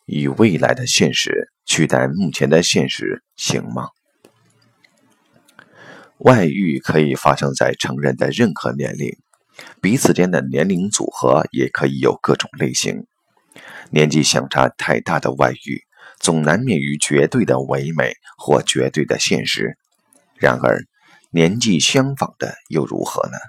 以未来的现实取代目前的现实，行吗？外遇可以发生在成人的任何年龄，彼此间的年龄组合也可以有各种类型。年纪相差太大的外遇，总难免于绝对的唯美或绝对的现实。然而，年纪相仿的又如何呢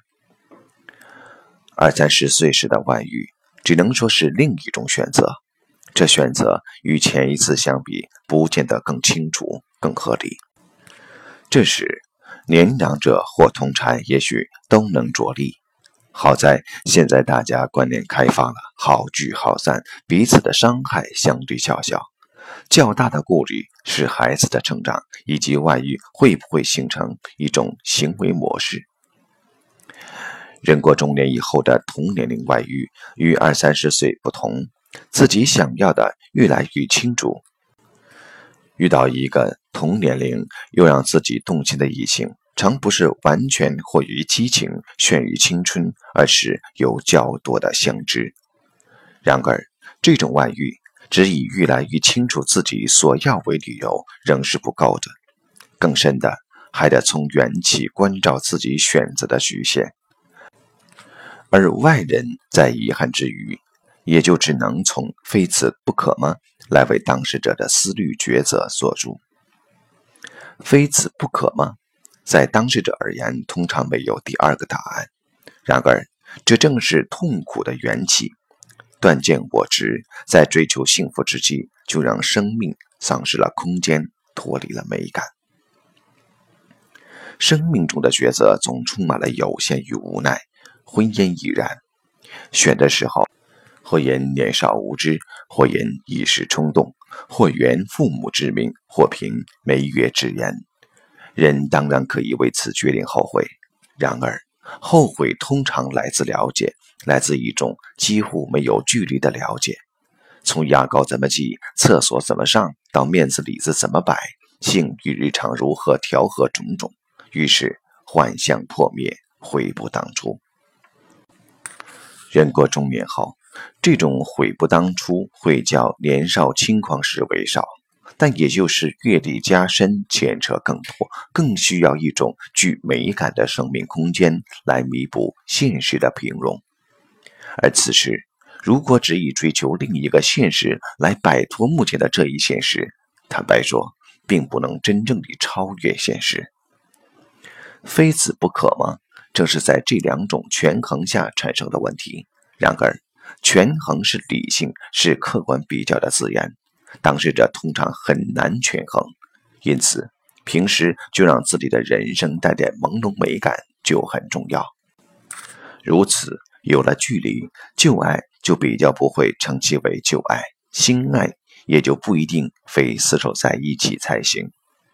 ？20-30岁时的外遇，只能说是另一种选择。这选择与前一次相比，不见得更清楚、更合理。这时，年长者或同侪也许都能着力。好在现在大家观念开放了，好聚好散，彼此的伤害相对较小。较大的顾虑是孩子的成长，以及外遇会不会形成一种行为模式。人过中年以后的同年龄外遇与20-30岁不同，自己想要的越来越清楚。遇到一个同年龄又让自己动心的异性，常不是完全活于激情、炫于青春，而是有较多的相知。然而，这种外遇只以越来越清楚自己所要为理由，仍是不够的。更深的，还得从缘起关照自己选择的局限。而外人在遗憾之余，也就只能从非此不可吗来为当事者的思虑抉择做主。非此不可吗？在当事者而言，通常没有第二个答案。然而，这正是痛苦的缘起。断见我执，在追求幸福之际，就让生命丧失了空间，脱离了美感。生命中的抉择总充满了有限与无奈，婚姻亦然。选的时候，或因年少无知，或因一时冲动，或缘父母之命，或凭媒约之言。人当然可以为此决定后悔，然而后悔通常来自了解，来自一种几乎没有距离的了解。从牙膏怎么挤，厕所怎么上，到面子里子怎么摆，性与日常如何调和种种，于是幻象破灭，悔不当初。人过中年后，这种悔不当初会较年少轻狂时为少，但也就是阅历加深，牵扯更多，更需要一种具美感的生命空间来弥补现实的平庸。而此时，如果只以追求另一个现实来摆脱目前的这一现实，坦白说，并不能真正地超越现实。非此不可吗？正是在这两种权衡下产生的问题。然而，权衡是理性、是客观比较的字眼，当事者通常很难权衡，因此，平时就让自己的人生带点朦胧美感就很重要。如此，有了距离，旧爱就比较不会称其为旧爱，新爱也就不一定非厮守在一起才行。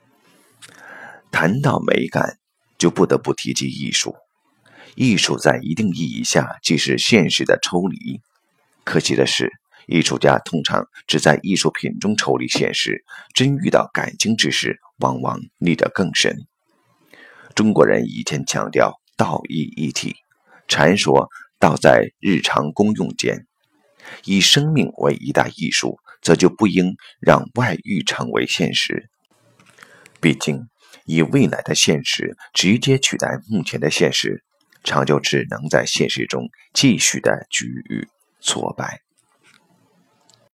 谈到美感，就不得不提及艺术。艺术在一定意义下既是现实的抽离，可惜的是，艺术家通常只在艺术品中抽离现实，真遇到感情之事，往往溺得更深。中国人以前强调道义一体，禅说道在日常公用间，以生命为一大艺术，则就不应让外遇成为现实。毕竟，以未来的现实直接取代目前的现实，常就只能在现实中继续的局域挫败。